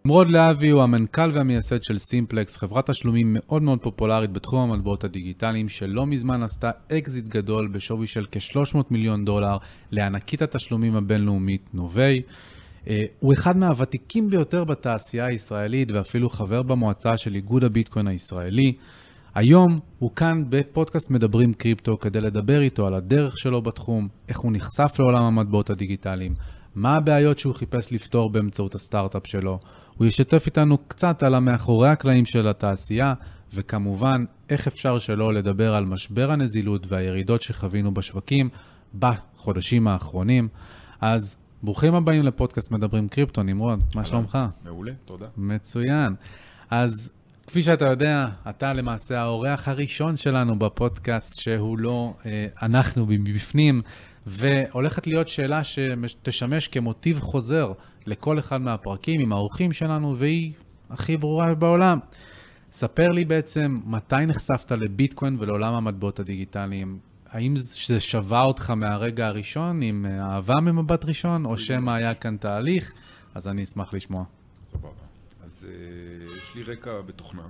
נמרוד להבי הוא המנכ"ל והמייסד של סימפלקס, חברת תשלומים מאוד מאוד פופולרית בתחום המטבעות הדיגיטליים, שלא מזמן עשתה אקזיט גדול בשווי של כ-$300 מיליון לענקית התשלומים הבינלאומית נובי. הוא אחד מהוותיקים ביותר בתעשייה הישראלית ואפילו חבר במועצה של איגוד הביטקוין הישראלי. היום הוא כאן בפודקאסט מדברים קריפטו כדי לדבר איתו על הדרך שלו בתחום, איך הוא נחשף לעולם המטבעות הדיגיטליים, מה הבעיות שהוא חיפש לפתור באמצעות הסטארט-אפ שלו. הוא ישתף איתנו קצת על המאחורי הקלעים של התעשייה, וכמובן איך אפשר שלא לדבר על משבר הנזילות והירידות שחווינו בשווקים בחודשים האחרונים. אז ברוכים הבאים לפודקאסט מדברים קריפטו. נמרוד, מה שלומך? מעולה, תודה. מצוין. אז כפי שאתה יודע, אתה למעשה האורח הראשון שלנו בפודקאסט שהוא לא אנחנו בפנים, והולכת להיות שאלה שתשמש כמוטיב חוזר לכל אחד מהפרקים עם האורחים שלנו, והיא הכי ברורה בעולם. ספר לי בעצם מתי נחשפת לביטקוין ולעולם המטבעות הדיגיטליים. האם זה שווה אותך מהרגע הראשון עם אהבה ממבט ראשון, או שמה היה כאן תהליך? אז אני אשמח לשמוע. סבבה. אז יש לי רקע בתוכנה,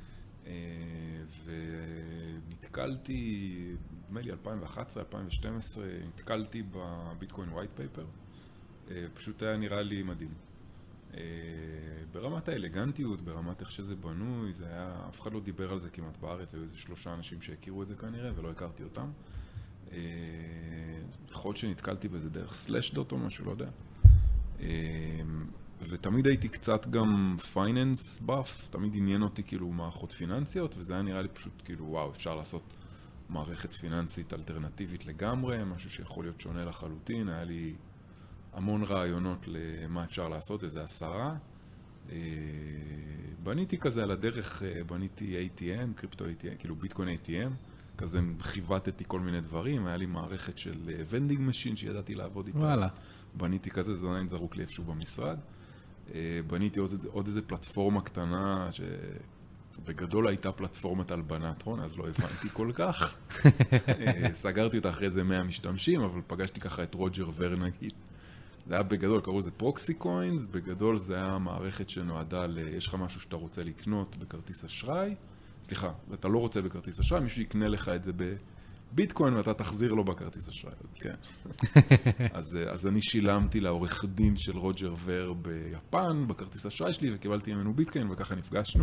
ונתקלתי, נדמה לי 2011-2012, נתקלתי בביטקוין ווייט פייפר. פשוט היה נראה לי מדהים. ברמת האלגנטיות, ברמת איך שזה בנוי, זה היה, אף אחד לא דיבר על זה כמעט בארץ, היו איזה 3 אנשים שהכירו את זה כנראה ולא הכרתי אותם. יכול להיות שנתקלתי בזה דרך סלאשדוט או משהו, לא יודע. ותמיד הייתי קצת גם פייננס באף, תמיד עניין אותי כאילו מערכות פיננסיות, וזה היה נראה לי פשוט כאילו וואו, אפשר לעשות מערכת פיננסית אלטרנטיבית לגמרי, משהו שיכול להיות שונה לחלוטין. היה לי המון רעיונות למה אפשר לעשות, איזה 10. בניתי כזה על הדרך, בניתי ATM, קריפטו ATM, כאילו ביטקוין ATM, כזה חיוותתי כל מיני דברים, היה לי מערכת של ונדינג משין שידעתי לעבוד איתה. וואלה. בניתי כזה, זה עדיין זרוק לי איפשהו במשרד. בניתי עוד איזה פלטפורמה קטנה, שבגדול הייתה פלטפורמת הלבנת הון, אז לא הבנתי כל כך. סגרתי אותה אחרי איזה 100 משתמשים, אבל פגשתי ככה את רוג'ר ור נגיד. זה היה בגדול, קראו לזה פרוקסי קוינס, בגדול זה היה מערכת שנועדה יש לך משהו שאתה רוצה לקנות בכרטיס אשראי, סליחה, אתה לא רוצה בכרטיס אשראי, מישהו יקנה לך את זה בביטקוין ואתה תחזיר לו בכרטיס אשראי, כן. אז אני שילמתי לעורך דין של רוג'ר ור ביפן בכרטיס אשראי שלי וקיבלתי ממנו ביטקוין וככה נפגשנו.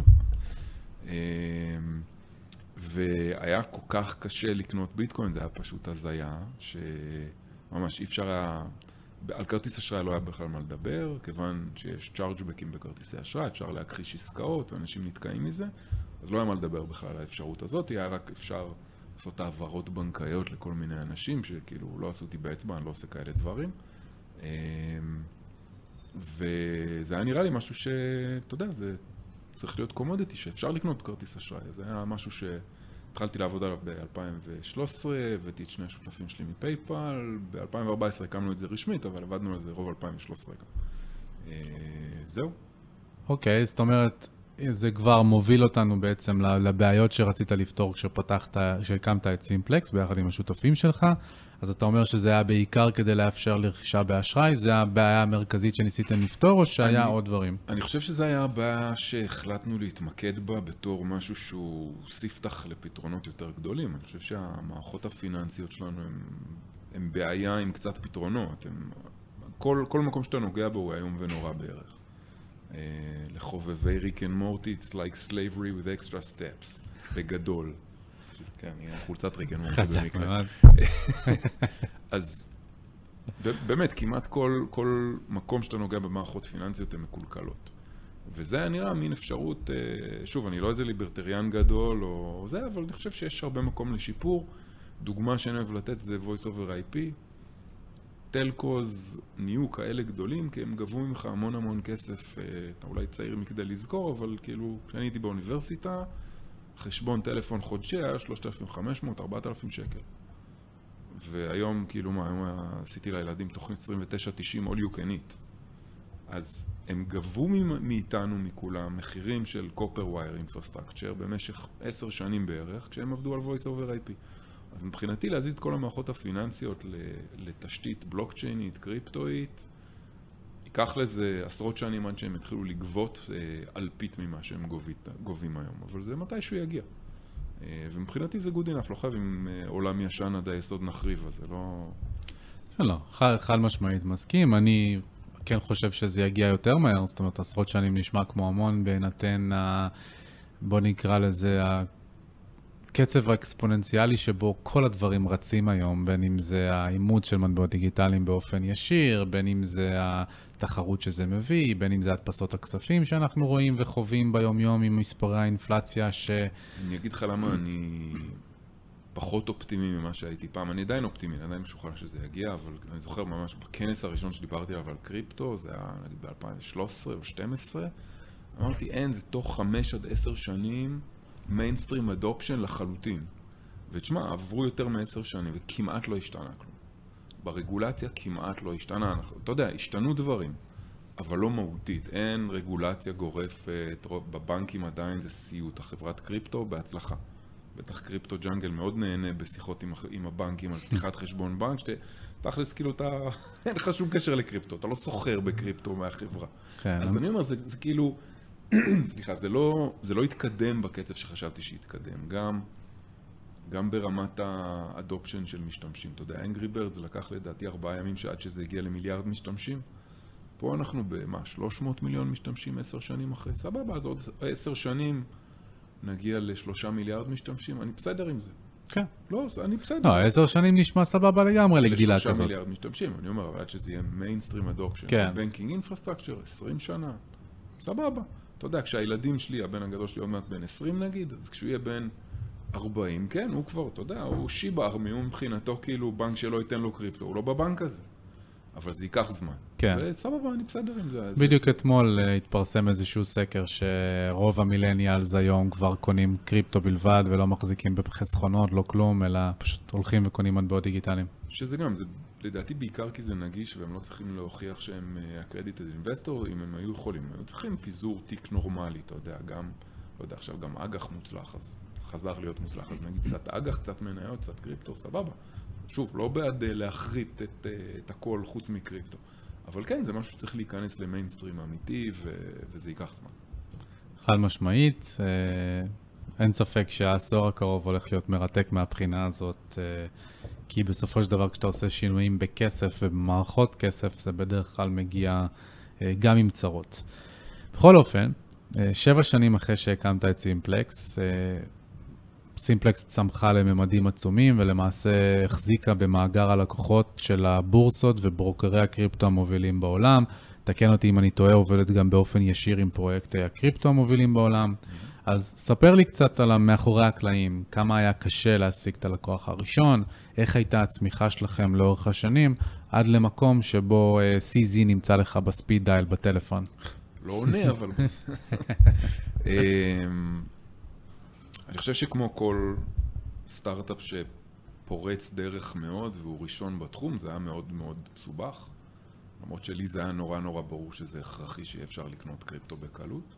והיה כל כך קשה לקנות ביטקוין, זה היה פשוט הזיה, שממש אי אפשר היה, על כרטיס אשראי לא היה בכלל מה לדבר, כיוון שיש צ'ארג'בקים בכרטיסי אשראי, אפשר להכחיש עסקאות ואנשים נתקעים מזה, אז לא היה מה לדבר בכלל על האפשרות הזאת, היה רק אפשר לעשות העברות בנקאיות לכל מיני אנשים שכאילו לא עשו אותי באצבע, אני לא עושה כאלה דברים. וזה היה נראה לי משהו שאתה יודע, זה צריך להיות קומודיטי שאפשר לקנות בכרטיס אשראי. זה היה משהו שהתחלתי לעבוד עליו ב-2013, הבאתי את 2 השותפים שלי מפייפל, ב-2014 הקמנו את זה רשמית, אבל עבדנו על זה רוב 2013 גם. זהו. אוקיי, זאת אומרת, זה כבר מוביל אותנו בעצם לבעיות שרצית לפתור כשהקמת את סימפלקס ביחד עם השותפים שלך. אז אתה אומר שזה היה בעיקר כדי לאפשר לרכישה באשראי, זה הבעיה המרכזית שניסיתם לפתור או שהיה עוד דברים? אני חושב שזה היה הבעיה שהחלטנו להתמקד בה בתור משהו שהוא ספתח לפתרונות יותר גדולים. אני חושב שהמערכות הפיננסיות שלנו הם בעיה עם קצת פתרונות. כל מקום שאתה נוגע בו הוא היום ונורא בערך. לחובבי ריק אנד מורטי, it's like slavery with extra steps, בגדול. כן, יהיה חולצת ריק אנד מורטי במקרה. אז באמת, כמעט כל מקום שאתה נוגע במערכות פיננסיות הן מקולקלות. וזה היה נראה מין אפשרות, שוב, אני לא איזה ליברטריאן גדול או זה, אבל אני חושב שיש הרבה מקום לשיפור. דוגמה שאני אוהב לתת זה voice over IP. טלקוז נהיו כאלה גדולים, כי הם גבו ממך המון כסף, אתה אולי צעיר מכדי לזכור, אבל כאילו, כשאני הייתי באוניברסיטה, חשבון טלפון חודשי היה 3,500, 4,000 שקל. והיום, כאילו מה, היום עשיתי לילדים תוכנית 29-90 all you can eat. אז הם גבו מאיתנו, מכולם, מחירים של copper wire infrastructure במשך 10 שנים בערך, כשהם עבדו על voice over IP. אז מבחינתי להזיז את כל המערכות הפיננסיות לתשתית בלוקצ'יינית, קריפטואית, ייקח לזה עשרות שנים עד שהם יתחילו לגבות אלפית ממה שהם גובים היום, אבל זה מתישהו יגיע. ומבחינתי זה good enough, לא חייבים עולם ישן עד היסוד נחריב, אז זה לא... לא, חד משמעית מסכים. אני כן חושב שזה יגיע יותר מהר, זאת אומרת, עשרות שנים נשמע כמו המון, בהינתן, בוא נקרא לזה, הקצב האקספוננציאלי שבו כל הדברים רצים היום, בין אם זה האימות של מטבעות דיגיטליים באופן ישיר, בין אם זה התחרות שזה מביא, בין אם זה הדפסות הכספים שאנחנו רואים וחווים ביום-יום עם מספרי האינפלציה אני אגיד לך למה אני פחות אופטימי ממה שהייתי פעם. אני עדיין אופטימי, אני עדיין משוכנע שזה יגיע, אבל אני זוכר ממש בכנס הראשון שדיברתי עליו על קריפטו, זה היה נגיד ב-2013 או 2012, אמרתי, אין, זה תוך 5 עד 10 שנים מיינסטרים אדופשן לחלוטין. ותשמע, עברו יותר מ10 שנים וכמעט לא השתנה כלום. ברגולציה כמעט לא השתנה. אתה יודע, השתנו דברים, אבל לא מהותית. אין רגולציה גורפת, בבנקים עדיין זה סיוט. החברת קריפטו בהצלחה. בטח קריפטו ג'אנגל מאוד נהנה בשיחות עם הבנקים על פתיחת חשבון בנק, תכלס כאילו אין לך שום קשר לקריפטו, אתה לא סוחר בקריפטו מהחברה. אז אני אומר, זה כאילו, סליחה, זה לא התקדם בקצב שחשבתי שיתקדם, גם ברמת האדופשן של משתמשים. אתה יודע, Angry Birds לקח לדעתי 4 ימים שעד שזה הגיע למיליארד משתמשים. פה אנחנו 300 מיליון משתמשים 10 שנים אחרי. סבבה, אז עוד 10 שנים נגיע ל3 מיליארד משתמשים. אני בסדר עם זה. כן. לא, אני בסדר. לא, 10 שנים נשמע סבבה לגמרי לגדילה כזאת. ל3 מיליארד משתמשים. אני אומר, אבל עד שזה יהיה מיינסטרים אדופשן. כן. בנקינג אינפרסטרקצ'ר, 20 שנה. סבבה. אתה יודע, כשהילדים שלי, הבן הגדול שלי עוד מעט בן 20 נגיד, אז כשהוא יהיה בן 40, כן, הוא כבר, אתה יודע, הוא שיבה ארמי, הוא מבחינתו כאילו בנק שלא ייתן לו קריפטו, הוא לא בבנק הזה. אבל זה ייקח זמן. כן. וסבבה, אני בסדר עם זה. בדיוק אתמול התפרסם איזשהו סקר שרוב המילניאלס היום כבר קונים קריפטו בלבד ולא מחזיקים בחסכונות, לא כלום, אלא פשוט הולכים וקונים מטבעות דיגיטליים. שזה גם, זה לדעתי בעיקר כי זה נגיש והם לא צריכים להוכיח שהם הקרדיטד אינבסטור, אם הם היו יכולים. הם צריכים פיזור תיק נורמלי, אתה יודע, גם, לא יודע, עכשיו גם אג"ח מוצלח, אז חזר להיות מוצלח, אז נגיד קצת אג"ח, קצת מניות, קצת קריפטו, סבבה. שוב, לא בעד להחריט את הכל חוץ מקריפטו. אבל כן, זה משהו שצריך להיכנס למיינסטרים אמיתי, וזה ייקח זמן. חד משמעית, אין ספק שהעשור הקרוב הולך להיות מרתק מהבחינה הזאת, כי בסופו של דבר כשאתה עושה שינויים בכסף ובמערכות כסף, זה בדרך כלל מגיע גם עם צרות. בכל אופן, 7 שנים אחרי שהקמת את סימפלקס, סימפלקס צמחה לממדים עצומים ולמעשה החזיקה במאגר הלקוחות של הבורסות וברוקרי הקריפטו המובילים בעולם. תקן אותי אם אני טועה, עובדת גם באופן ישיר עם פרויקטי הקריפטו המובילים בעולם. אז ספר לי קצת על מאחורי הקלעים, כמה היה קשה להשיג את הלקוח הראשון, איך הייתה הצמיחה שלכם לאורך השנים, עד למקום שבו CZ נמצא לך בספיד דייל בטלפון. לא עונה, אבל... אני חושב שכמו כל סטארט-אפ שפורץ דרך מאוד והוא ראשון בתחום, זה היה מאוד מאוד מסובך. למרות שלי זה היה נורא נורא ברור שזה הכרחי שיהיה אפשר לקנות קריפטו בקלות.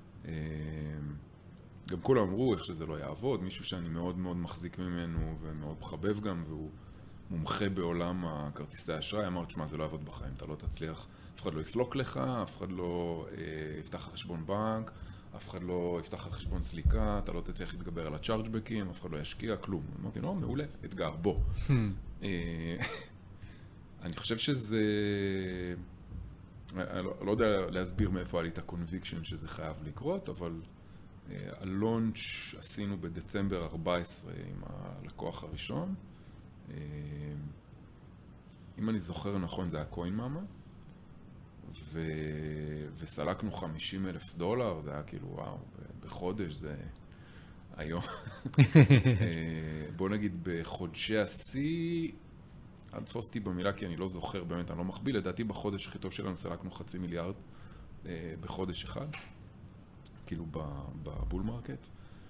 גם כולם אמרו איך שזה לא יעבוד, מישהו שאני מאוד מאוד מחזיק ממנו ומאוד מחבב גם, והוא מומחה בעולם הכרטיסי האשראי, אמר, תשמע, זה לא יעבוד בחיים, אתה לא תצליח, אף אחד לא יסלוק לך, אף אחד לא יפתח חשבון בנק, אף אחד לא יפתח על חשבון סליקה, אתה לא תצליח להתגבר על הצ'ארג'בקים, אף אחד לא ישקיע, כלום. אמרתי, לא, מעולה, אתגר, בוא. אני חושב שזה... אני לא יודע להסביר מאיפה היה לי את הקונביקשן שזה חייב לקרות, אבל הלונץ' עשינו בדצמבר 14 עם הלקוח הראשון. אם אני זוכר נכון, זה היה קוין מאמה. וסלקנו $50,000, זה היה כאילו, וואו, בחודש זה היום. בוא נגיד, בחודשי השיא, אל תפוס אותי במילה כי אני לא זוכר, באמת, אני לא מכביל, לדעתי בחודש הכי טוב שלנו סלקנו $500,000 בחודש אחד, כאילו בבול מרקט.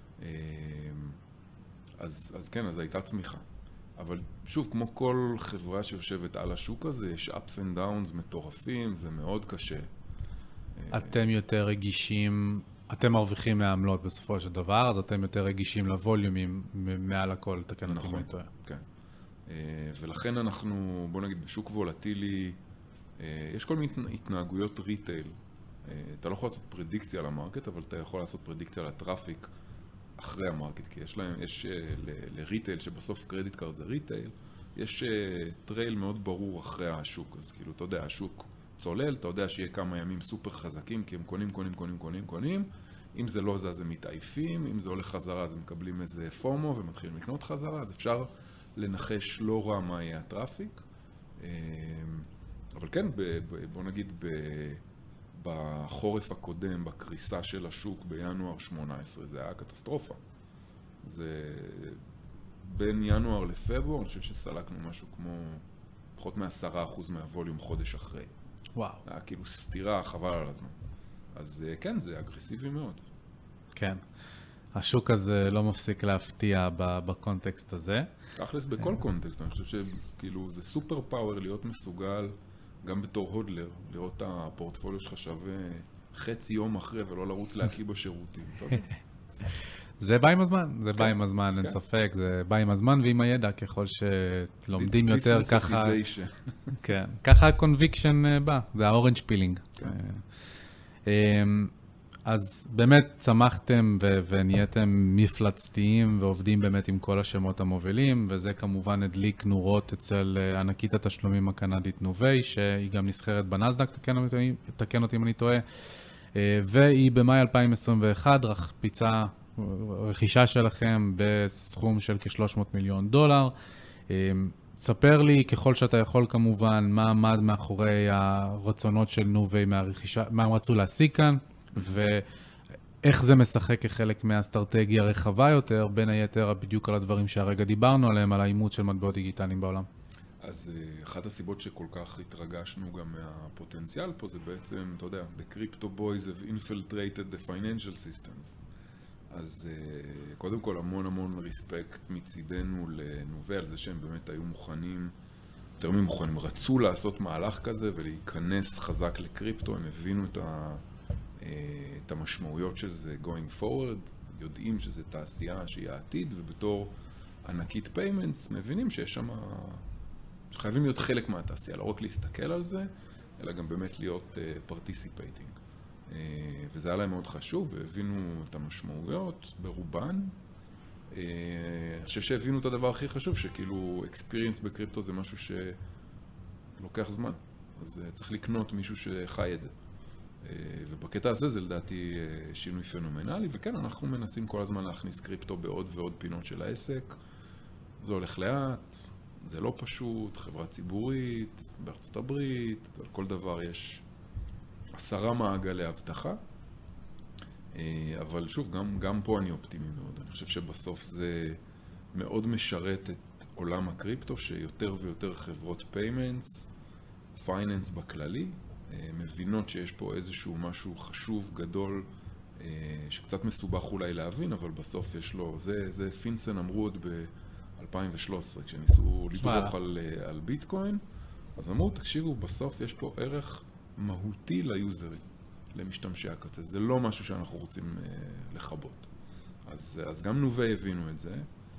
אז כן, אז הייתה צמיחה. אבל שוב, כמו כל חברה שיושבת על השוק הזה, יש ups and downs מטורפים, זה מאוד קשה. אתם יותר רגישים, אתם מרוויחים מהעמלות בסופו של דבר, אז אתם יותר רגישים לווליומים מעל הכל, תקן אותי אם אני טועה. כן. ולכן אנחנו, בוא נגיד, בשוק וולטילי, יש כל מיני התנהגויות ריטייל. אתה לא יכול לעשות פרדיקציה למרקט, אבל אתה יכול לעשות פרדיקציה לטראפיק אחרי המרקט, כי יש לריטייל, שבסוף קרדיט קארד זה ריטייל, יש טרייל מאוד ברור אחרי השוק. אז כאילו, אתה יודע, השוק צולל, אתה יודע שיהיה כמה ימים סופר חזקים, כי הם קונים. אם זה לא זה, אז הם מתעייפים, אם זה הולך חזרה, אז הם מקבלים איזה פומו ומתחילים לקנות חזרה, אז אפשר לנחש לא רע מה יהיה הטראפיק. אבל כן, בוא נגיד, בחורף הקודם, בקריסה של השוק בינואר 18, זה היה קטסטרופה. זה בין ינואר לפברואר, אני חושב שסלקנו משהו כמו פחות מ10% מהווליום חודש אחרי. וואו. היה כאילו סתירה, חבל על הזמן. אז כן, זה אגרסיבי מאוד. כן. השוק הזה לא מפסיק להפתיע בקונטקסט הזה. תכלס בכל קונטקסט, אני חושב שכאילו זה סופר פאוור להיות מסוגל, גם בתור הודלר, לראות את הפורטפוליו שלך שווה חצי יום אחרי ולא לרוץ להקיא בשירותים. זה בא עם הזמן, בא עם הזמן, אין ספק, זה בא עם הזמן ועם הידע, ככל שלומדים יותר ככה. כן, ככה הקונביקשן בא, זה האורנג' פילינג. אז באמת צמחתם ונהייתם מפלצתיים ועובדים באמת עם כל השמות המובילים, וזה כמובן הדליק נורות אצל ענקית התשלומים הקנדית נובי, שהיא גם נסחרת בנסדק, תקן אותי אם אני טועה, והיא במאי 2021 ביצעה רכישה שלכם בסכום של כ$300 מיליון. ספר לי, ככל שאתה יכול כמובן, מה עמד מאחורי הרצונות של נובי מהרכישה, מה הם רצו להשיג כאן, ואיך זה משחק כחלק מהאסטרטגיה רחבה יותר, בין היתר בדיוק על הדברים שהרגע דיברנו עליהם, על האימוץ של מטבעות דיגיטליים בעולם. אז אחת הסיבות שכל כך התרגשנו גם מהפוטנציאל פה, זה בעצם, אתה יודע, the crypto boys have infiltrated the financial systems. אז קודם כל המון ריספקט מצידנו לנובי על זה שהם באמת היו מוכנים, יותר ממוכנים, רצו לעשות מהלך כזה ולהיכנס חזק לקריפטו, הם הבינו את המשמעויות של זה going forward, יודעים שזה תעשייה שהיא העתיד, ובתור ענקית payments מבינים שיש שם, שחייבים להיות חלק מהתעשייה, לא רק להסתכל על זה, אלא גם באמת להיות participating. וזה היה להם מאוד חשוב, והבינו את המשמעויות ברובן. אני חושב שהבינו את הדבר הכי חשוב, שכאילו experience בקריפטו זה משהו שלוקח זמן, אז צריך לקנות מישהו שחי את זה. ובקטע הזה זה לדעתי שינוי פנומנלי, וכן, אנחנו מנסים כל הזמן להכניס קריפטו בעוד ועוד פינות של העסק. זה הולך לאט, זה לא פשוט, חברה ציבורית, בארצות הברית, על כל דבר יש 10 מעגלי הבטחה, אבל שוב, גם פה אני אופטימי מאוד. אני חושב שבסוף זה מאוד משרת את עולם הקריפטו, שיותר ויותר חברות payments, finance בכללי, מבינות שיש פה איזשהו משהו חשוב, גדול, שקצת מסובך אולי להבין, אבל בסוף יש לו, זה פינסן אמרו עוד ב-2013, כשניסו לדרוך על ביטקוין, אז אמרו, תקשיבו, בסוף יש פה ערך מהותי ליוזרים, למשתמשי הקצה. זה לא משהו שאנחנו רוצים לחבות. אז גם נובי הבינו את זה,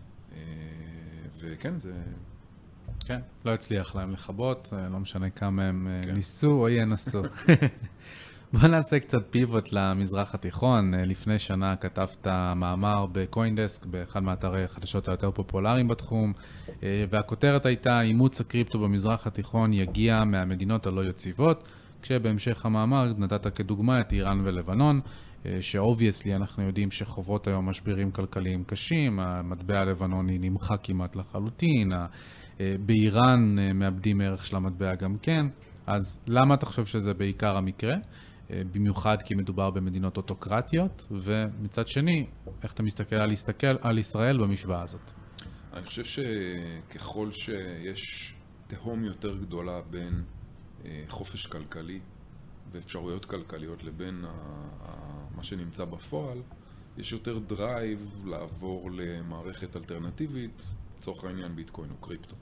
וכן, זה... כן, לא הצליח להם לחבות, לא משנה כמה הם ניסו או ינסו. בוא נעשה קצת פיבוט למזרח התיכון. לפני שנה כתבת מאמר בקוינדסק, באחד מאתרי החדשות היותר פופולריים בתחום, והכותרת הייתה, אימוץ הקריפטו במזרח התיכון יגיע מהמדינות הלא יציבות, כשבהמשך המאמר נתת כדוגמה את איראן ולבנון, שאובייסלי אנחנו יודעים שחוות היום משברים כלכליים קשים, המטבע הלבנוני נמחק כמעט לחלוטין, באיראן מאבדים ערך של המטבע גם כן. אז למה אתה חושב שזה בעיקר המקרה? במיוחד כי מדובר במדינות אוטוקרטיות, ומצד שני, איך אתה מסתכל על ישראל במשוואה הזאת? אני חושב שככל שיש תהום יותר גדולה בין חופש כלכלי ואפשרויות כלכליות לבין מה שנמצא בפועל, יש יותר דרייב לעבור למערכת אלטרנטיבית, לצורך העניין ביטקוין או קריפטו.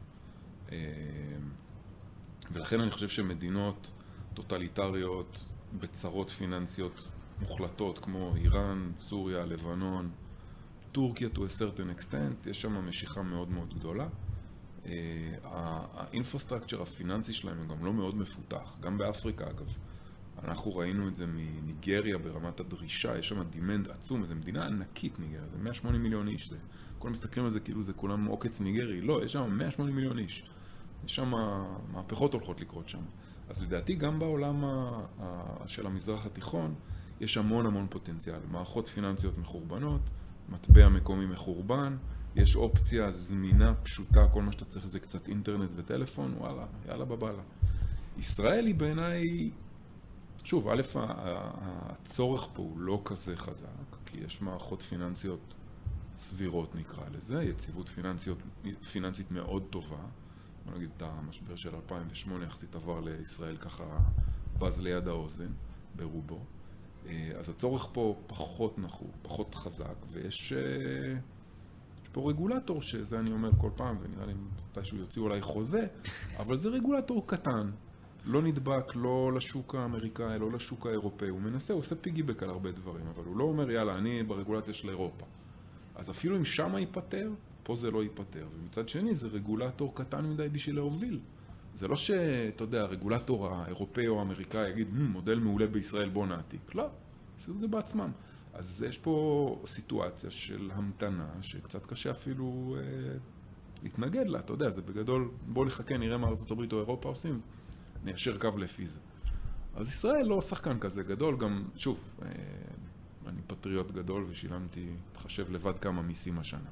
ולכן אני חושב שמדינות טוטליטריות בצרות פיננסיות מוחלטות כמו איראן, סוריה, לבנון, טורקיה to a certain extent, יש שם משיכה מאוד מאוד גדולה. האינפרסטרקצ'ר הפיננסי שלהם הוא גם לא מאוד מפותח, גם באפריקה אגב. אנחנו ראינו את זה מניגריה ברמת הדרישה, יש שם דימנד עצום, וזו מדינה ענקית ניגריה, זה 180 מיליון איש, כולם מסתכלים על זה כאילו זה כולם עוקץ ניגרי, לא, יש שם 180 מיליון איש, יש שם מהפכות הולכות לקרות שם. אז לדעתי גם בעולם של המזרח התיכון יש המון פוטנציאל, מערכות פיננסיות מחורבנות, מטבע מקומי מחורבן, יש אופציה זמינה, פשוטה, כל מה שאתה צריך זה קצת אינטרנט וטלפון, וואלה, יאללה בבאללה. ישראל היא בעיניי, שוב, א', הצורך פה הוא לא כזה חזק, כי יש מערכות פיננסיות סבירות נקרא לזה, יציבות פיננסית מאוד טובה. בוא נגיד את המשבר של 2008 יחסית עבר לישראל ככה בז ליד האוזן, ברובו. אז הצורך פה פחות נחו, פחות חזק, ויש פה רגולטור שזה אני אומר כל פעם, ונראה לי מתישהו יוציאו אולי חוזה, אבל זה רגולטור קטן. לא נדבק לא לשוק האמריקאי, לא לשוק האירופאי. הוא מנסה, הוא עושה פיגיבק על הרבה דברים, אבל הוא לא אומר, יאללה, אני ברגולציה של אירופה. אז אפילו אם שמה ייפטר, פה זה לא ייפטר. ומצד שני, זה רגולטור קטן מדי בשביל להוביל. זה לא שאתה יודע, הרגולטור האירופאי או האמריקאי יגיד, מודל מעולה בישראל, בוא נעתיק. לא, עשו את זה בעצמם. אז יש פה סיטואציה של המתנה, שקצת קשה אפילו להתנגד לה. אתה יודע, זה בגדול, בוא נחכה, נראה מה ארצות הברית או אירופה עושים. ניישר קו לפי זה. אז ישראל לא שחקן כזה גדול, גם, שוב, אני פטריוט גדול ושילמתי, תחשב לבד כמה מיסים השנה.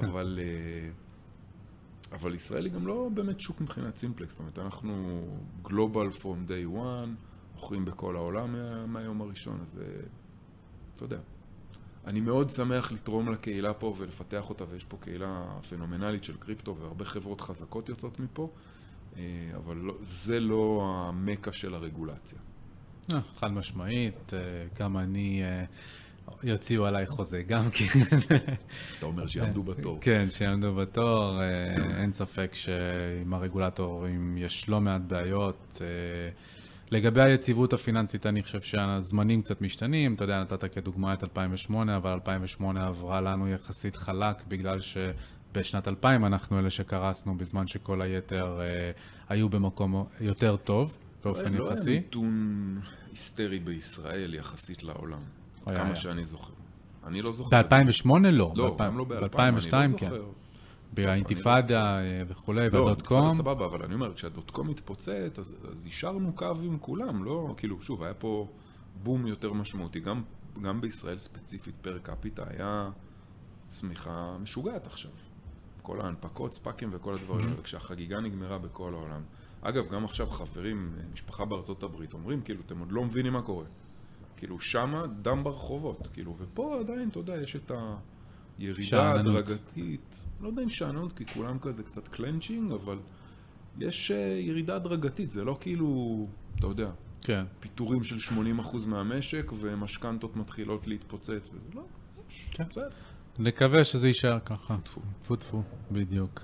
אבל ישראל היא גם לא באמת שוק מבחינת סימפלקס, זאת אומרת, אנחנו global from day one, מוכרים בכל העולם מהיום הראשון, אז אתה יודע. אני מאוד שמח לתרום לקהילה פה ולפתח אותה, ויש פה קהילה פנומנלית של קריפטו, והרבה חברות חזקות יוצאות מפה, אבל זה לא המקה של הרגולציה. חד משמעית, גם אני יוציאו עליי חוזה גם כן. אתה אומר שיעמדו בתור. כן, שיעמדו בתור. אין ספק שעם הרגולטורים יש לא מעט בעיות. לגבי היציבות הפיננסית, אני חושב שהזמנים קצת משתנים. אתה יודע, נתת כדוגמה את 2008, אבל 2008 עברה לנו יחסית חלק, בגלל שבשנת 2000 אנחנו אלה שקרסנו, בזמן שכל היתר היו במקום יותר טוב, באופן יחסי. לא היה מיתון היסטרי בישראל יחסית לעולם, כמה שאני זוכר. אני לא זוכר. ב-2008 לא. לא, גם לא ב-2000, אני לא זוכר. באינתיפאדה וכולי, בדוט-קום. לא, אינתיפאדה סבבה, אבל אני אומר, כשהדוט-קום התפוצץ, אז השארנו קו עם כולם, לא, כאילו, שוב, היה פה בום יותר משמעותי, גם בישראל ספציפית פר קפיטה היה צמיחה משוגעת עכשיו. כל ההנפקות, ספקים וכל הדברים, וכשהחגיגה נגמרה בכל העולם. אגב, גם עכשיו חברים, משפחה בארצות הברית, אומרים, כאילו, אתם עוד לא מבינים מה קורה. כאילו, שמה דם ברחובות, כאילו, ופה עדיין, אתה יודע, יש את הירידה הדרגתית. לא יודע אם שענות, כי כולם כזה קצת קלנצ'ינג, אבל יש ירידה הדרגתית, זה לא כאילו, אתה יודע, כן. פיתורים של 80% מהמשק, ומשכנתות מתחילות להתפוצץ, וזה לא, יש, כן. בסדר. נקווה שזה יישאר ככה. פוטפו, בדיוק.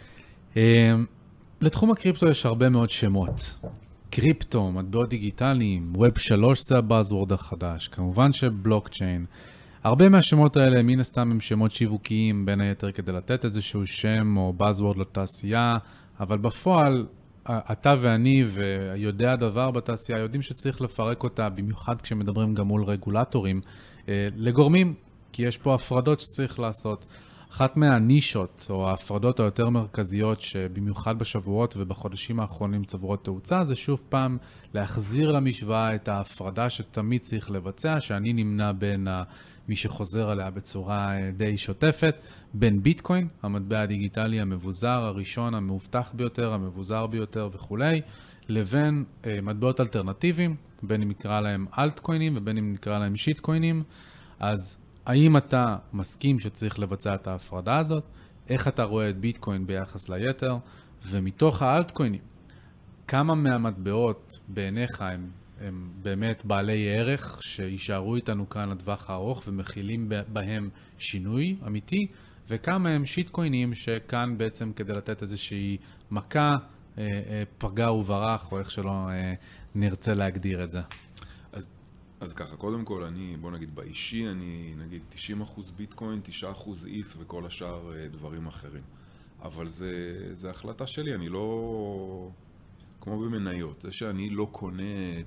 לתחום הקריפטו יש הרבה מאוד שמות. קריפטו, מטבעות דיגיטליים, ווב 3 זה הבאזוורד החדש, כמובן שבלוקצ'יין. הרבה מהשמות האלה מן הסתם הם שמות שיווקיים, בין היתר כדי לתת איזשהו שם או באזוורד לתעשייה, אבל בפועל אתה ואני ויודע הדבר בתעשייה יודעים שצריך לפרק אותה, במיוחד כשמדברים גם מול רגולטורים, לגורמים, כי יש פה הפרדות שצריך לעשות. אחת מהנישות או ההפרדות היותר מרכזיות שבמיוחד בשבועות ובחודשים האחרונים צבורות תאוצה, זה שוב פעם להחזיר למשוואה את ההפרדה שתמיד צריך לבצע, שאני נמנע בין מי שחוזר עליה בצורה די שוטפת, בין ביטקוין, המטבע הדיגיטלי המבוזר, הראשון, המאובטח ביותר, המבוזר ביותר וכו', לבין מטבעות אלטרנטיביים, בין אם נקרא להם אלטקוינים ובין אם נקרא להם שיטקוינים. אז האם אתה מסכים שצריך לבצע את ההפרדה הזאת? איך אתה רואה את ביטקוין ביחס ליתר? ומתוך האלטקוינים, כמה מהמטבעות בעיניך הם באמת בעלי ערך שישארו איתנו כאן לטווח הארוך ומכילים בהם שינוי אמיתי? וכמה הם שיטקוינים שכאן בעצם כדי לתת איזושהי מכה, פגע וברח, או איך שלא נרצה להגדיר את זה? אז ככה, קודם כל, בוא נגיד, באישי, אני נגיד 90% ביטקוין, 9% איף וכל השאר דברים אחרים. אבל זה החלטה שלי, אני לא... כמו במניות, זה שאני לא קונה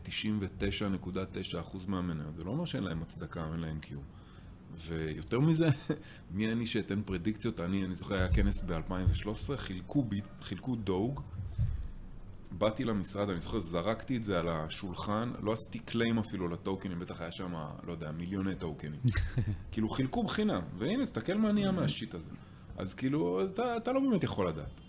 99.9% מהמניות, זה לא אומר שאין להם הצדקה, אין להם קיום. ויותר מזה, מי אני שאתן פרדיקציות? אני זוכר, היה כנס ב-2013, חילקו דוג, באתי למשרד, אני זוכר, זרקתי את זה על השולחן, לא עשיתי קליים אפילו לטוקנים, בטח היה שם, לא יודע, מיליוני טוקנים. כאילו חילקו בחינם, והנה, תסתכל מה נהיה מהשיט הזה. אז כאילו, אתה לא באמת יכול לדעת.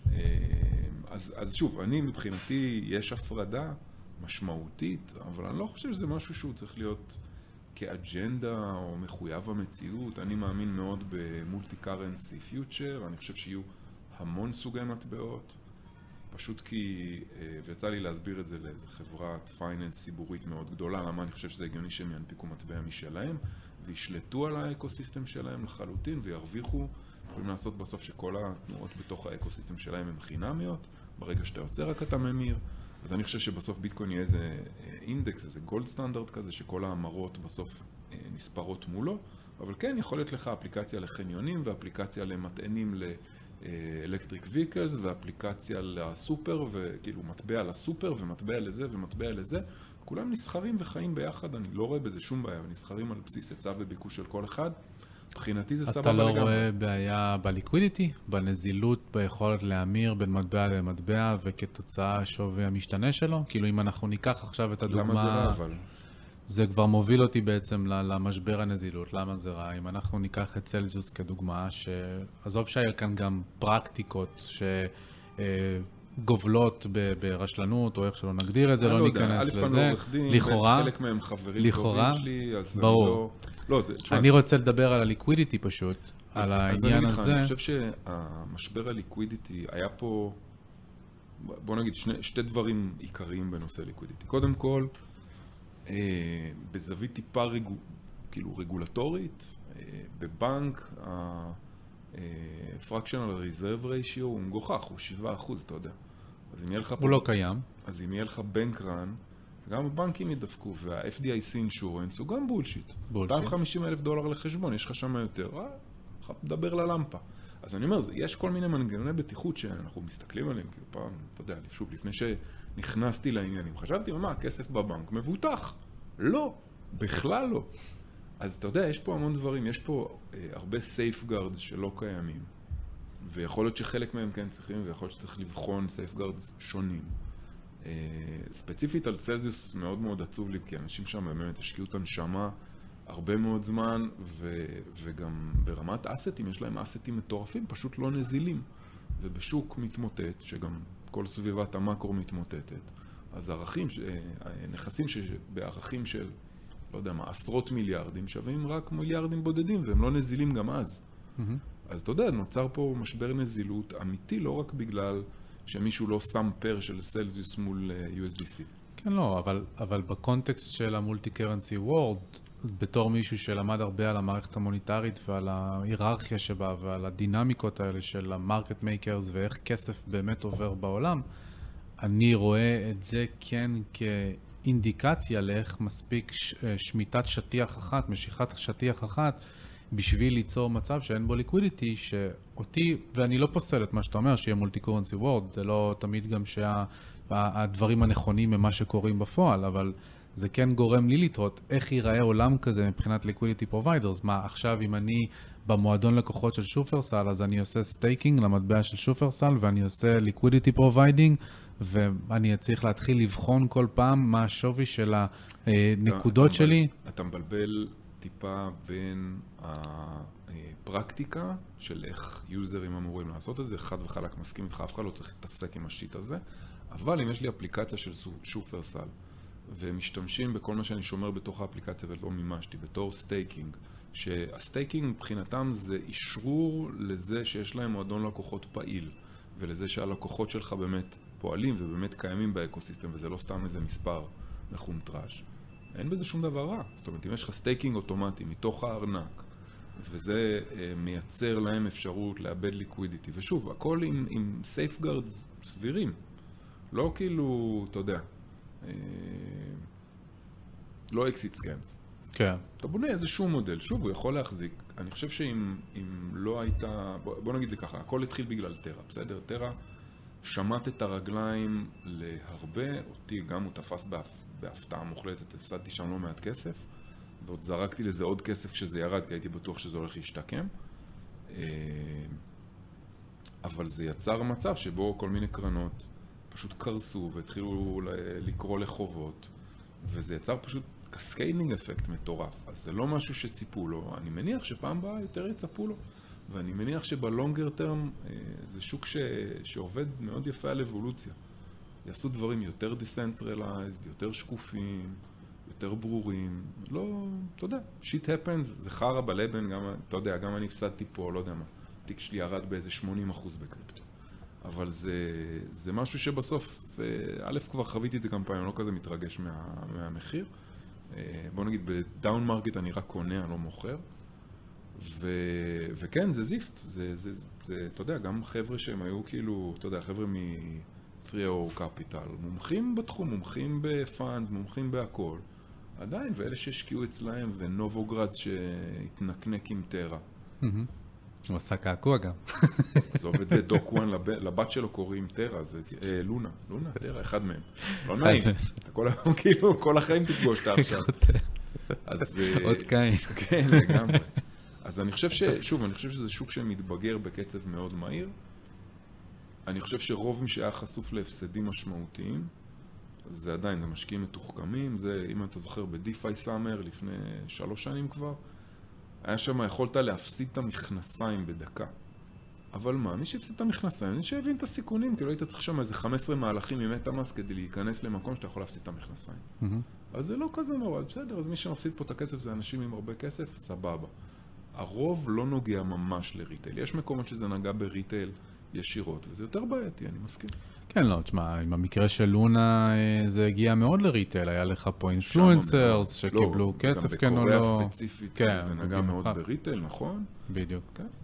אז שוב, אני מבחינתי, יש הפרדה משמעותית, אבל אני לא חושב שזה משהו שהוא צריך להיות כאג'נדה או מחויב המציאות. אני מאמין מאוד במולטי קרנסי פיוטר, אני חושב שיהיו המון סוגי מטבעות, פשוט כי, ויצא לי להסביר את זה לאיזו חברת פייננס ציבורית מאוד גדולה, למה אני חושב שזה הגיוני שהם ינפיקו מטבע משלהם, וישלטו על האקוסיסטם שלהם לחלוטין, וירוויחו, יכולים לעשות בסוף שכל התנועות בתוך האקוסיסטם שלהם הן חינמיות, ברגע שאתה יוצא רק אתה ממיר, אז אני חושב שבסוף ביטקוין יהיה איזה אינדקס, איזה גולד סטנדרט כזה, שכל האמרות בסוף נספרות מולו, אבל כן, יכול להיות לך אפליקציה לחניונים, ואפליקציה למטענים אלקטריק ויקלס, ואפליקציה לסופר, וכאילו מטבע לסופר, ומטבע לזה, ומטבע לזה. כולם נסחרים וחיים ביחד, אני לא רואה בזה שום בעיה, ונסחרים על בסיס היצע וביקוש של כל אחד. מבחינתי זה סבבה לגמרי. אתה לא רואה בעיה בליקווידיטי, בנזילות, ביכולת להמיר בין מטבע למטבע, וכתוצאה שווי המשתנה שלו? כאילו אם אנחנו ניקח עכשיו את הדוגמה... למה זה רע אבל? זה כבר מוביל אותי בעצם למשבר הנזילות. למה זה רע? אם אנחנו ניקח את צלזיוס כדוגמה, שעזוב שהיה כאן גם פרקטיקות שגובלות ברשלנות, או איך שלא נגדיר את זה, לא ניכנס לזה. לכאורה, חלק מהם חברים טובים שלי, אז ברור. אני רוצה לדבר על הליקווידיטי פשוט, על העניין הזה. אני חושב שהמשבר הליקווידיטי היה פה, בוא נגיד, שתי דברים עיקריים בנושא ליקווידיטי. קודם כל, בזווית טיפה כאילו רגולטורית, בבנק ה-fractional reserve ratio הוא מגוחך, הוא 7%, אתה יודע. אז אם יהיה לך הוא לא קיים. אז אם יהיה לך בנק רן, גם הבנקים ידפקו, וה-FDIC insurance הוא גם בולשיט. $250,000 לחשבון, יש לך שם יותר, דבר ללמפה. אז אני אומר, יש כל מיני מנגנוני בטיחות שאנחנו מסתכלים עליהם, כאילו פעם, אתה יודע, שוב, לפני שנכנסתי לעניינים, חשבתי, מה, הכסף בבנק מבוטח? לא, בכלל לא. אז אתה יודע, יש פה המון דברים, יש פה הרבה safeguards שלא קיימים, ויכול להיות שחלק מהם כן צריכים, ויכול להיות שצריך לבחון safeguards שונים. ספציפית על צלזיוס מאוד מאוד עצוב לי, כי אנשים שם באמת השקיעו את הנשמה הרבה מאוד זמן, וגם ברמת אסטים, יש להם אסטים מטורפים, פשוט לא נזילים. ובשוק מתמוטט, שגם כל סביבת המקרו מתמוטטת, אז נכסים שבערכים של, לא יודע מה, עשרות מיליארדים, שווים רק מיליארדים בודדים, והם לא נזילים גם אז. אז אתה יודע, נוצר פה משבר נזילות אמיתי, לא רק בגלל שמישהו לא שם פר של סלזיוס מול USDC. כן, לא, אבל בקונטקסט של המולטי-קרנסי וורד, בתור מישהו שלמד הרבה על המערכת המוניטרית ועל ההיררכיה שבה ועל הדינמיקות האלה של המרקט מייקרס ואיך כסף באמת עובר בעולם, אני רואה את זה כן כאינדיקציה לאיך מספיק שמיטת שטיח אחת, משיכת שטיח אחת, בשביל ליצור מצב שאין בו ליקווידיטי, שאותי, ואני לא פוסל את מה שאתה אומר, שיהיה מולטי-קרנסי וורד, זה לא תמיד גם שהדברים הנכונים הם מה שקורים בפועל, אבל זה כן גורם לי לתהות איך ייראה עולם כזה מבחינת liquidity providers. מה, עכשיו אם אני במועדון לקוחות של שופרסל, אז אני עושה סטייקינג למטבע של שופרסל, ואני עושה liquidity providing, ואני צריך להתחיל לבחון כל פעם מה השווי של הנקודות שלי. אתה מבלבל טיפה בין הפרקטיקה של איך יוזרים אמורים לעשות את זה, חד וחלק מסכים איתך, אף אחד לא צריך להתעסק עם השיט הזה, אבל אם יש לי אפליקציה של שופרסל, ומשתמשים בכל מה שאני שומר בתוך האפליקציה ולא מימשתי, בתור סטייקינג, שהסטייקינג מבחינתם זה אישרור לזה שיש להם מועדון לקוחות פעיל, ולזה שהלקוחות שלך באמת פועלים ובאמת קיימים באקוסיסטם, וזה לא סתם איזה מספר מחומטרש. אין בזה שום דבר רע. זאת אומרת, אם יש לך סטייקינג אוטומטי מתוך הארנק, וזה מייצר להם אפשרות לאבד ליקווידיטי, ושוב, הכל עם safeguards סבירים. לא כאילו, אתה יודע, לא exit scams. כן. אתה בונה איזשהו מודל, שוב, הוא יכול להחזיק. אני חושב שאם לא הייתה, בוא נגיד זה ככה, הכל התחיל בגלל טרה, בסדר? טרה שמט את הרגליים להרבה, אותי גם הוא תפס בהפתעה מוחלטת, הפסדתי שם לא מעט כסף, ועוד זרקתי לזה עוד כסף כשזה ירד, כי הייתי בטוח שזה הולך להשתקם. אבל זה יצר מצב שבו כל מיני קרנות פשוט קרסו והתחילו לקרוא לחובות, וזה יצר פשוט קסקיידינג אפקט מטורף. אז זה לא משהו שציפו לו, אני מניח שפעם באה יותר יצפו לו, ואני מניח שבלונגר טרם זה שוק שעובד מאוד יפה על אבולוציה. יעשו דברים יותר decentralized, יותר שקופים, יותר ברורים. לא, אתה יודע, shit happens, זה חרה בלבן, גם, אתה יודע, גם אני הפסדתי פה, לא יודע מה, התיק שלי ירד באיזה 80% בקריפטו. אבל זה משהו שבסוף, א' כבר חוויתי את זה כמה פעמים, אני לא כזה מתרגש מהמחיר. בוא נגיד, בדאון מרקט אני רק קונה, אני לא מוכר. וכן, זה זיפט. זה, אתה יודע, גם חבר'ה שהם היו כאילו, אתה יודע, חבר'ה מ-3O Capital, מומחים בתחום, מומחים בפאנס, מומחים בהכל. עדיין, ואלה שהשקיעו אצלהם, ונובוגרדס שהתנקנק עם טרה. הוא עשה קעקוע גם. עזוב את זה, דוק וואן, לבת שלו קוראים טרה, זה לונה, טרה, אחד מהם. לא נעים, אתה כל היום כאילו, כל החיים תפגוש אתה עכשיו. עוד קין. כן, לגמרי. אז אני חושב שוב, אני חושב שזה שוק שמתבגר בקצב מאוד מהיר. אני חושב שרוב מי שהיה חשוף להפסדים משמעותיים, זה עדיין, זה משקיעים מתוחכמים, זה, אם אתה זוכר, בדיפיי סאמר לפני 3 שנים כבר, היה שם יכולת להפסיד את המכנסיים בדקה. אבל מה? מי שהפסיד את המכנסיים, מי שהבין את הסיכונים, כאילו היית צריך שם איזה 15 מהלכים עם מטאמאסק כדי להיכנס למקום שאתה יכול להפסיד את המכנסיים. אז זה לא כזה נורא, אז בסדר, אז מי שמפסיד פה את הכסף זה אנשים עם הרבה כסף, סבבה. הרוב לא נוגע ממש לריטייל. יש מקומות שזה נגע בריטייל ישירות, וזה יותר בעייתי, אני מסכים. כן, לא, תשמע, עם המקרה של לונה זה הגיע מאוד לריטייל, היה לך פה אינפלואנסרס שקיבלו כסף, כן או לא. גם בקוריאה ספציפית זה נגע מאוד בריטייל, נכון? בדיוק.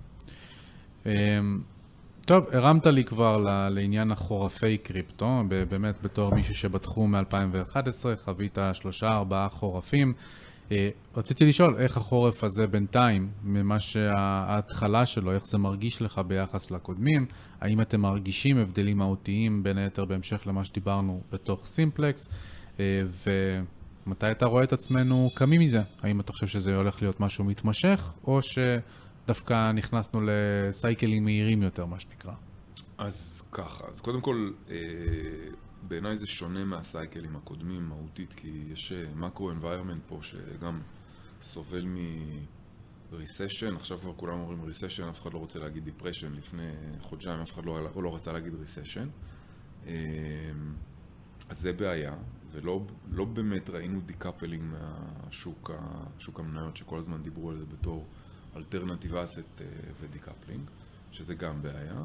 טוב, הרמת לי כבר לעניין החורפי קריפטו, באמת בתור מישהו שבתחום מ-2011, חווית 3-4 חורפים. רציתי לשאול איך החורף הזה בינתיים, ממה שההתחלה שלו, איך זה מרגיש לך ביחס לקודמים, האם אתם מרגישים הבדלים מהותיים בין היתר בהמשך למה שדיברנו בתוך סימפלקס, ומתי אתה רואה את עצמנו קמים מזה? האם אתה חושב שזה הולך להיות משהו מתמשך, או שדווקא נכנסנו לסייקלים מהירים יותר, מה שנקרא? אז ככה, אז קודם כל, בעיניי זה שונה מהסייקלים הקודמים מהותית, כי יש מקרו-אנביירמנט פה שגם סובל מ-recession, עכשיו כבר כולם אומרים recession, אף אחד לא רוצה להגיד depression, לפני חודשיים אף אחד לא רצה להגיד recession. אז זה בעיה, ולא באמת ראינו דיקאפלינג מהשוק המניות שכל הזמן דיברו על זה בתור alternative asset ודיקאפלינג, שזה גם בעיה.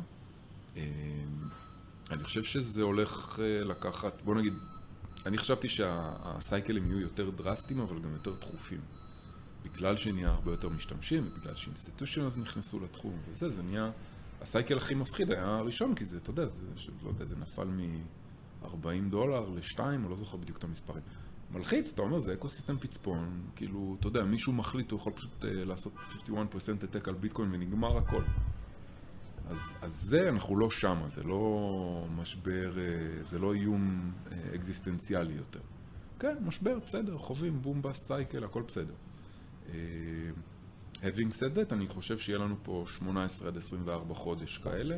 אני חושב שזה הולך לקחת, בוא נגיד, אני חשבתי שהסייקלים יהיו יותר דרסטיים, אבל גם יותר דחופים. בגלל שנהיה הרבה יותר משתמשים, ובגלל שאינסטיטושיונלס נכנסו לתחום, וזה, זה נהיה, הסייקל הכי מפחיד היה הראשון, כי זה, אתה יודע, לא יודע, זה נפל $40 ל-2, או לא זוכר בדיוק את המספרים. מלחיץ, אתה אומר, זה אקוסיסטם פצפון, כאילו, אתה יודע, מישהו מחליט, הוא יכול פשוט לעשות 51% אטק על ביטקוין ונגמר הכל. אז זה, אנחנו לא שם, זה לא משבר, זה לא איום אקזיסטנציאלי יותר. כן, משבר, בסדר, חווים בום בסט סייקל, הכל בסדר. Having said that, אני חושב שיהיה לנו פה 18 עד 24 חודש כאלה.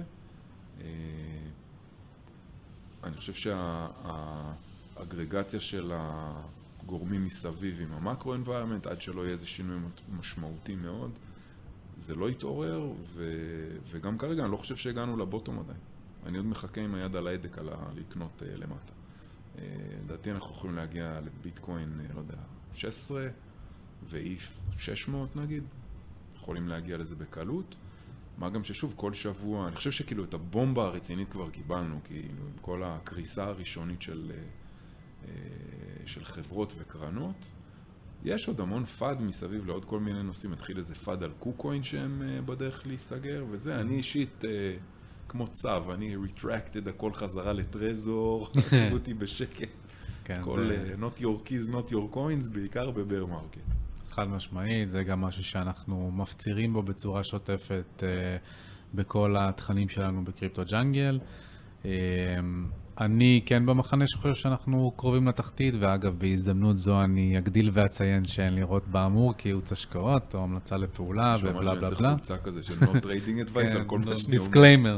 אני חושב שהאגרגציה של הגורמים מסביב עם המקרו-אנביירמנט, עד שלא יהיה איזה שינוי משמעותי מאוד, זה לא יתעורר, וגם כרגע אני לא חושב שהגענו לבוטום עדיין. אני עוד מחכה עם היד על ההדק על לקנות למטה. לדעתי אנחנו יכולים להגיע לביטקוין, לא יודע, 16, ואיף 600 נגיד. יכולים להגיע לזה בקלות. מה גם ששוב, כל שבוע, אני חושב שכאילו את הבומבה הרצינית כבר קיבלנו, כי עם כל הקריסה הראשונית של חברות וקרנות, יש עוד המון פאד מסביב לעוד כל מיני נושאים. התחיל איזה פאד על קוקוין שהם בדרך להיסגר, וזה, אני אישית, כמו צו, אני retracted הכל חזרה לטרזור, עשו אותי בשקט. כל not your keys, not your coins, בעיקר בבר מרקט. חד משמעית, זה גם משהו שאנחנו מפצירים בו בצורה שוטפת בכל התכנים שלנו בקריפטו ג'אנגל. אני כן במחנה שחושב שאנחנו קרובים לתחתית, ואגב, בהזדמנות זו אני אגדיל ואציין שאין לראות באמור כייעוץ השקעות או המלצה לפעולה ובלה בלה בלה. צריך חולצה כזה של no trading advice על כל מה שאני אומר. דיסקליימר.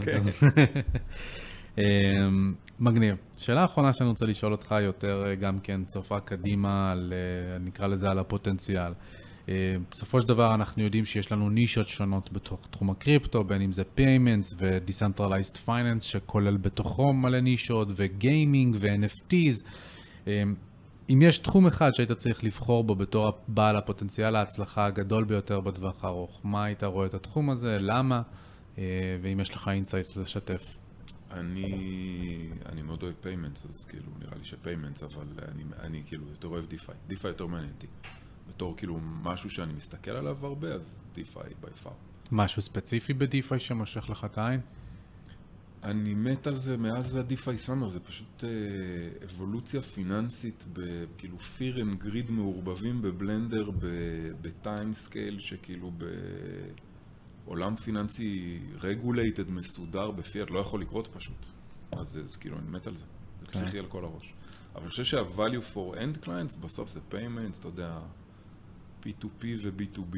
מגניב. שאלה האחרונה שאני רוצה לשאול אותך יותר גם כן צופה קדימה, נקרא לזה על הפוטנציאל. בסופו של דבר אנחנו יודעים שיש לנו נישות שונות בתוך תחום הקריפטו, בין אם זה payments ו-decentralized finance שכולל בתוכו מלא נישות וגיימינג ו-NFTs. אם יש תחום אחד שהיית צריך לבחור בו בתור בעל הפוטנציאל ההצלחה הגדול ביותר בטווח הארוך, מה היית רואה את התחום הזה, למה, ואם יש לך אינסייטס לשתף? אני מאוד אוהב payments, אז כאילו נראה לי ש-payments, אבל אני כאילו יותר אוהב DeFi. DeFi יותר מעניין אותי. בתור כאילו משהו שאני מסתכל עליו הרבה, אז DeFi by far. משהו ספציפי ב-DeFi שמושך לך את העין? אני מת על זה מאז ה-DeFi Summer, זה פשוט אבולוציה פיננסית, כאילו fear and greed מעורבבים בבלנדר, בטיים סקייל, שכאילו בעולם פיננסי regulated, מסודר, בפיאט, לא יכול לקרות פשוט. אז כאילו אני מת על זה, זה פסיכי על כל הראש. אבל אני חושב שה-value for end clients בסוף זה payments, אתה יודע, P2P ו-B2B.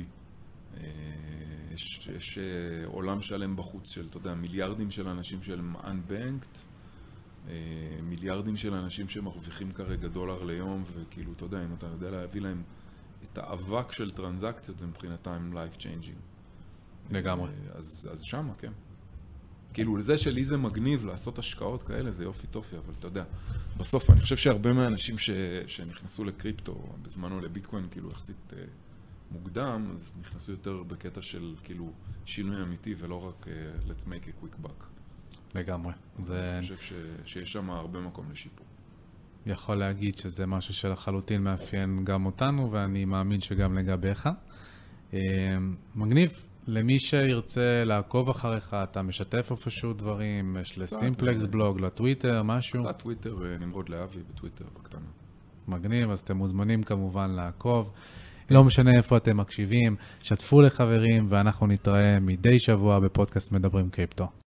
יש עולם שלם בחוץ של, אתה יודע, מיליארדים של אנשים שהם unbanked, מיליארדים של אנשים שמרוויחים כרגע דולר ליום, וכאילו, אתה יודע, אם אתה יודע להביא להם את האבק של טרנזקציות, זה מבחינתם life changing. לגמרי. אז שמה, כן. כאילו, לזה שלי זה מגניב לעשות השקעות כאלה, זה יופי טופי, אבל אתה יודע, בסוף אני חושב שהרבה מהאנשים שנכנסו לקריפטו, בזמנו לביטקוין, כאילו יחסית מוקדם, אז נכנסו יותר בקטע של כאילו שינוי אמיתי, ולא רק let's make a quick buck. לגמרי. אני חושב שיש שם הרבה מקום לשיפור. יכול להגיד שזה משהו שלחלוטין מאפיין גם אותנו, ואני מאמין שגם לגביך. מגניב. למי שירצה לעקוב אחריך, אתה משתף איפשהו דברים, יש לסימפלקס בלוג, לטוויטר, משהו? קצת טוויטר, נמרוד להבי בטוויטר בקטנה. מגניב, אז אתם מוזמנים כמובן לעקוב. לא משנה איפה אתם מקשיבים, שתפו לחברים, ואנחנו נתראה מדי שבוע בפודקאסט מדברים קריפטו.